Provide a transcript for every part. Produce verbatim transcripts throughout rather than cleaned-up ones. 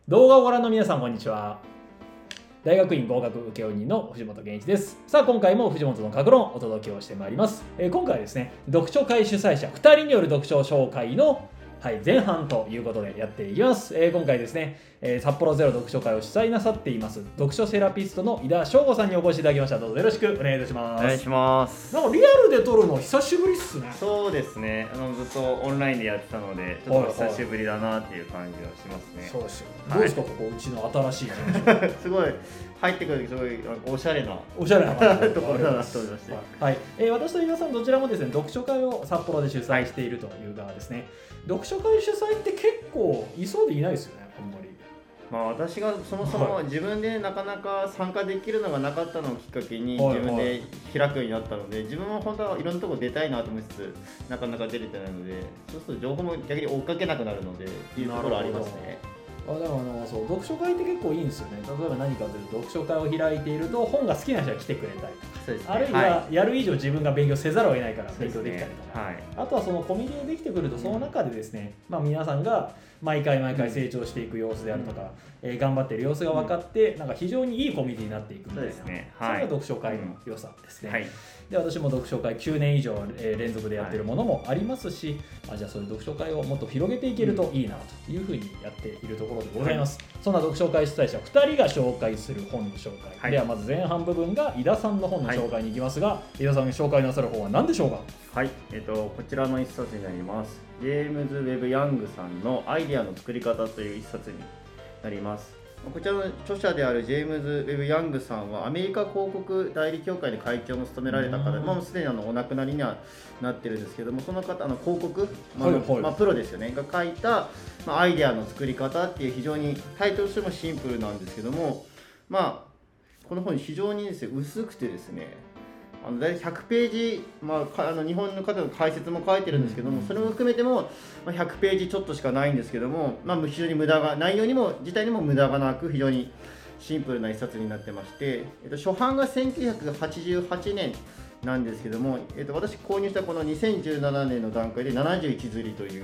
動画をご覧の皆さんこんにちは。大学院合格請負人の藤本健一です。さあ今回も藤本の格論をお届けをしてまいります。えー、今回はですね、読書会主催者ふたりによる読書紹介のはい、前半ということでやっていきます。えー、今回ですね、えー、札幌ゼロ読書会を主催なさっています読書セラピストの井田翔吾さんにお越しいただきました。どうぞよろしくお願いいたします。 お願いします。 なんかリアルで撮るの久しぶりっすね。 そうですね、あのずっとオンラインでやってたのでちょっと久しぶりだなっていう感じはしますね。 そうですよ、 はい、 どうですかここうちの新しい事務所すごい入ってくるすごいおしゃれなおしゃれなところだなと思いまして、 はい、えー、私と井田さんどちらもですね読書会を札幌で主催しているという側ですね、はい、読書会主催って結構いそうでいないですよね、あんまり。 まあ私がそもそも自分でなかなか参加できるのがなかったのをきっかけに自分で開くようになったので、自分も本当はいろんなところ出たいなと思いつつなかなか出れてないので、そうすると情報も逆に追っかけなくなるのでっていうところありますね。 あでもあのそう読書会って結構いいんですよね。例えば何かというと読書会を開いていると本が好きな人が来てくれたりとか、そうですね、あるいはやる以上自分が勉強せざるを得ないから勉強できたりとか、ね、はい、あとはそのコミュニティができてくるとその中でですね、まあ、皆さんが毎回毎回成長していく様子であるとか、うんえー、頑張っている様子が分かって、うん、なんか非常にいいコミュニティになっていくみたいな、そうですね、はい、それが読書会の良さですね、うんはい、で私も読書会きゅうねん以上、えー、連続でやっているものもありますし、はい、あじゃあそういう読書会をもっと広げていけるといいなというふうにやっているところでございます、はい、そんな読書会主催者ふたりが紹介する本の紹介、はい、ではまず前半部分が井田さんの本の紹介に行きますが、はい、井田さんが紹介なさる本は何でしょうか。 はい、えっと、こちらの一冊になります。ジェームズ・ウェブ・ヤングさんのアイデアの作り方という一冊になります。こちらの著者であるジェームズ・ウェブ・ヤングさんはアメリカ広告代理協会で会長も務められた方で、もうすでにあのお亡くなりにはなってるんですけども、その方の広告、まあはいはいまあ、プロですよねが書いた、まあ、アイデアの作り方っていう非常にタイトルとしてもシンプルなんですけども、まあ、この本非常にですね薄くてですね、あの大体ひゃくページ、まあ、あの日本の方の解説も書いてるんですけども、それも含めてもひゃくページちょっとしかないんですけども、まあ、非常に無駄が内容にも自体にも無駄がなく非常にシンプルな一冊になってまして、えっと、初版がせんきゅうひゃくはちじゅうはちねんなんですけども、えっと、私購入したこのにせんじゅうななねんの段階でななじゅういち刷りという、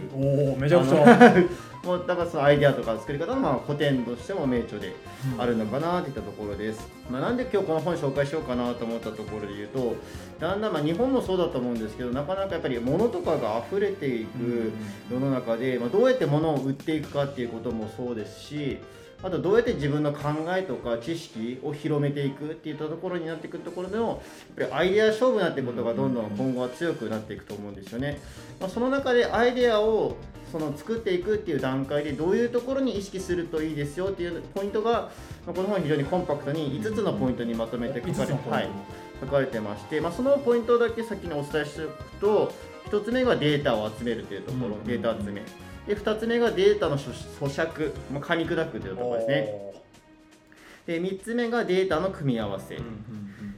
おおめちゃくちゃもうだからそのアイデアとか作り方のまあ古典としても名著であるのかなといったところです、うんまあ、なんで今日この本紹介しようかなと思ったところで言うと、だんだんまあ日本もそうだと思うんですけど、なかなかやっぱり物とかが溢れていく世の中で、まあ、どうやって物を売っていくかっていうこともそうですし、あとどうやって自分の考えとか知識を広めていくっていったところになっていくところでもやっぱりアイデア勝負になっていくことがどんどん今後は強くなっていくと思うんですよね。まあ、その中でアイデアをその作っていくっていう段階でどういうところに意識するといいですよっていうポイントがこの本非常にコンパクトにいつつのポイントにまとめて書かれて、はい、書かれてまして、まあ、そのポイントだけ先にお伝えしておくと、ひとつめがデータを集めるというところ、データ集めで、ふたつめがデータの咀嚼、まあ、噛み砕くというところですね。でみっつめがデータの組み合わせ、うんうんうん、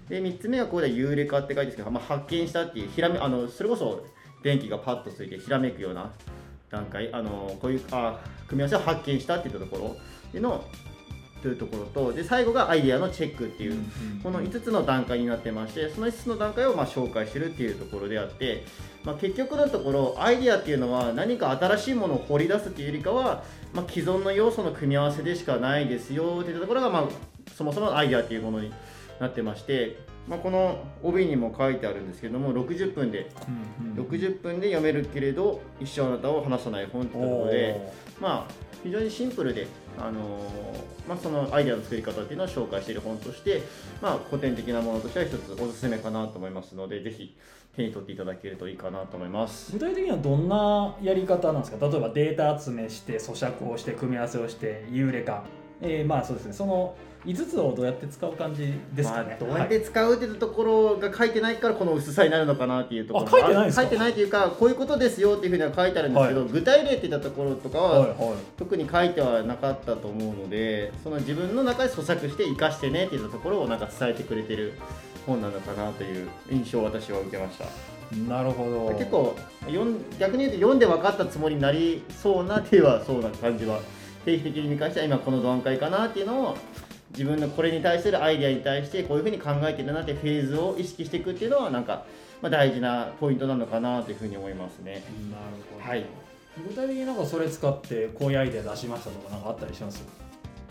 でみっつめはここでユーレカって書いてるんですけど、まあ、発見したっていうひらめあのそれこそ電気がパッとついてひらめくような段階、あのこういうあ組み合わせを発見したっていったところでのというところと、で最後がアイデアのチェックっていう、このいつつの段階になってまして、そのいつつの段階をまあ紹介してるっていうところであって、まあ、結局のところアイデアっていうのは何か新しいものを掘り出すっていうよりかは、まあ、既存の要素の組み合わせでしかないですよっていうところが、まあ、そもそもアイデアっていうものになってまして、まあ、この帯にも書いてあるんですけども、ろくじゅっぷんで、うんうん、ろくじゅっぷんで読めるけれど一生あなたを離さない本っていうところで、まあ、非常にシンプルで、あのーまあ、そのアイデアの作り方っていうのを紹介している本として、まあ、古典的なものとしては一つおすすめかなと思いますので、ぜひ手に取っていただけるといいかなと思います。 具体的にはどんなやり方なんですか。例えばデータ集めして咀嚼をして組み合わせをしてユーレカ、えー、まあそうですね、そのいつつをどうやって使う感じですかね。 まあ、どうやって使うっていうところが書いてないからこの薄さになるのかなっていうところ。 あ、書いてないですか。 書いてないというか、こういうことですよっていうふうには書いてあるんですけど、はい、具体例っていったところとかは、はいはい、特に書いてはなかったと思うので、その自分の中で咀嚼して生かしてねっていったところをなんか伝えてくれてる本なのかなという印象を私は受けました。 なるほど。 結構逆に言うと読んで分かったつもりになりそうな手はそうな感じは定期的に見返して今この段階かなっていうのを自分のこれに対するアイデアに対してこういうふうに考えてるなってフェーズを意識していくっていうのはなんか、まあ、大事なポイントなのかなというふうに思いますね。 なるほど。 はい。 具体的になんかそれ使ってこういうアイデア出しましたとかなんかあったりします？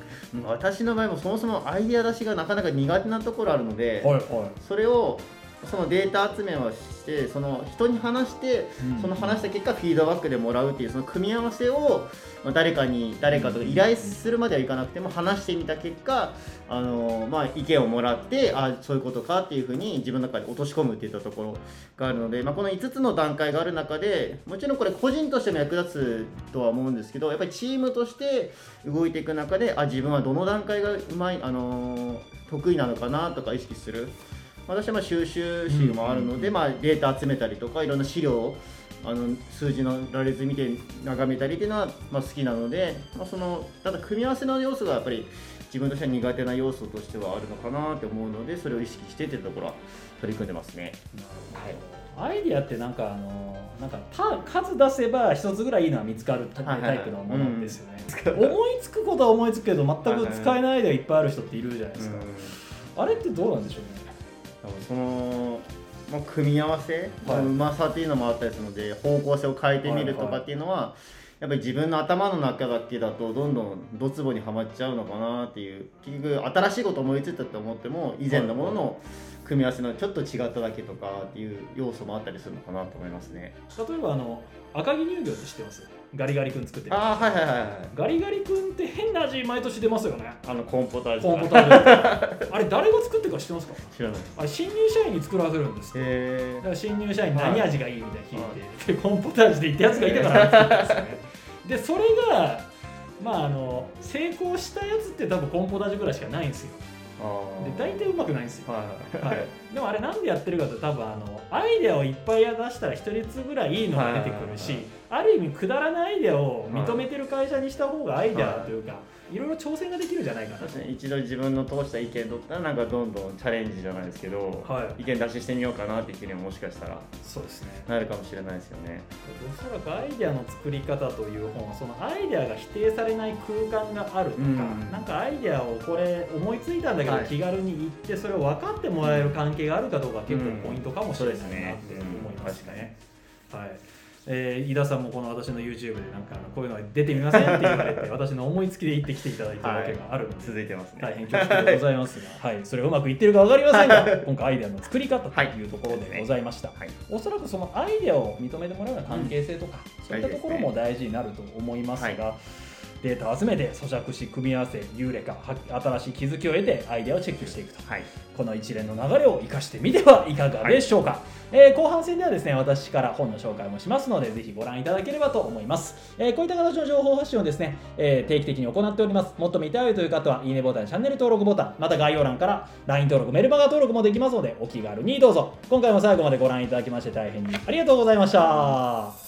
私の場合もそもそもアイデア出しがなかなか苦手なところあるので、 はいはい、 それをそのデータ集めをしてその人に話して、うん、その話した結果フィードバックでもらうっていうその組み合わせを誰かに誰かと依頼するまではいかなくても話してみた結果あの、まあ、意見をもらってあそういうことかっていうふうに自分の中で落とし込むっていったところがあるので、まあ、このいつつの段階がある中でもちろんこれ個人としても役立つとは思うんですけどやっぱりチームとして動いていく中であ自分はどの段階がうまい、あの得意なのかなとか意識する。私はまあ収集誌もあるので、まあ、データ集めたりとかいろんな資料をあの数字の羅列見て眺めたりっていうのはまあ好きなので、まあ、そのただ組み合わせの要素がやっぱり自分としては苦手な要素としてはあるのかなと思うのでそれを意識してっていうところは取り組んでますね。 はい、アイディアってなんかあのなんか数出せば一つぐらいいいのは見つかるタイプのものですよね。思いつくことは思いつくけど全く使えないアイデアいっぱいある人っているじゃないですか。あれってどうなんでしょうね。 そのまあ、組み合わせのうまさっていうのもあったりするので、はい、方向性を変えてみるとかっていうのは、はいはい、やっぱり自分の頭の中だけだとどんどんドツボにはまっちゃうのかなっていう結局新しいこと思いついたと思っても以前のものの組み合わせのちょっと違っただけとかっていう要素もあったりするのかなと思いますね。 例えばあの赤城乳業って知ってます？ガリガリ君作ってる。 ああはいはいはい、はい、 ガリガリ君って変な味毎年出ますよね。 あのコーンポタージュ。 コーンポタージュあれ誰が作ってるか知ってますか？ 知らない。 あれ新入社員に作らせるんです。 へだから新入社員何味がいいみたいな聞いて、はい、でコーンポタージュで言ったやつがいたから作ったんですよね。でそれがまああの成功したやつって多分コーンポタージュぐらいしかないんですよ。で大体うまくないんですよ、はいはい、でもあれなんでやってるかというと多分あのアイデアをいっぱい出したら一つぐらいいいのが出てくるし、ある意味くだらないアイデアを認めてる会社にした方がアイデアというか、いろいろ挑戦ができるじゃないかな。 確かに一度自分の通した意見取ったらなんかどんどんチャレンジじゃないですけど、はい、意見出ししてみようかなっていう気にももしかしたらそうですねなるかもしれないですよね。 おそらくアイデアの作り方という本、そのアイデアが否定されない空間があるとか、うん、なんかアイデアをこれ思いついたんだけど気軽に言ってそれを分かってもらえる関係があるかどうか結構ポイントかもしれないなって思いますね。はい、えー、井田さんもこの私の YouTube でなんかこういうのが出てみませんって言われて私の思いつきで行ってきていただいてるわけがあるので、はい、 続いてますね。 大変恐縮でございますが、はい、それがうまくいってるか分かりませんが今回アイデアの作り方というところでございました。はい、おそらくそのアイデアを認めてもらうような関係性とか、うん、そういったところも大事になると思いますが、はい、データを集めて咀嚼し組み合わせユーレカ新しい気づきを得てアイデアをチェックしていくと、はい、この一連の流れを生かしてみてはいかがでしょうか。はい、えー、後半戦ではですね私から本の紹介もしますのでぜひご覧いただければと思います。えー、こういった形の情報発信をですね、えー、定期的に行っております。もっと見たいという方はいいねボタン、チャンネル登録ボタン、また概要欄から ライン 登録、メルマガ登録もできますのでお気軽にどうぞ。今回も最後までご覧いただきまして大変にありがとうございました。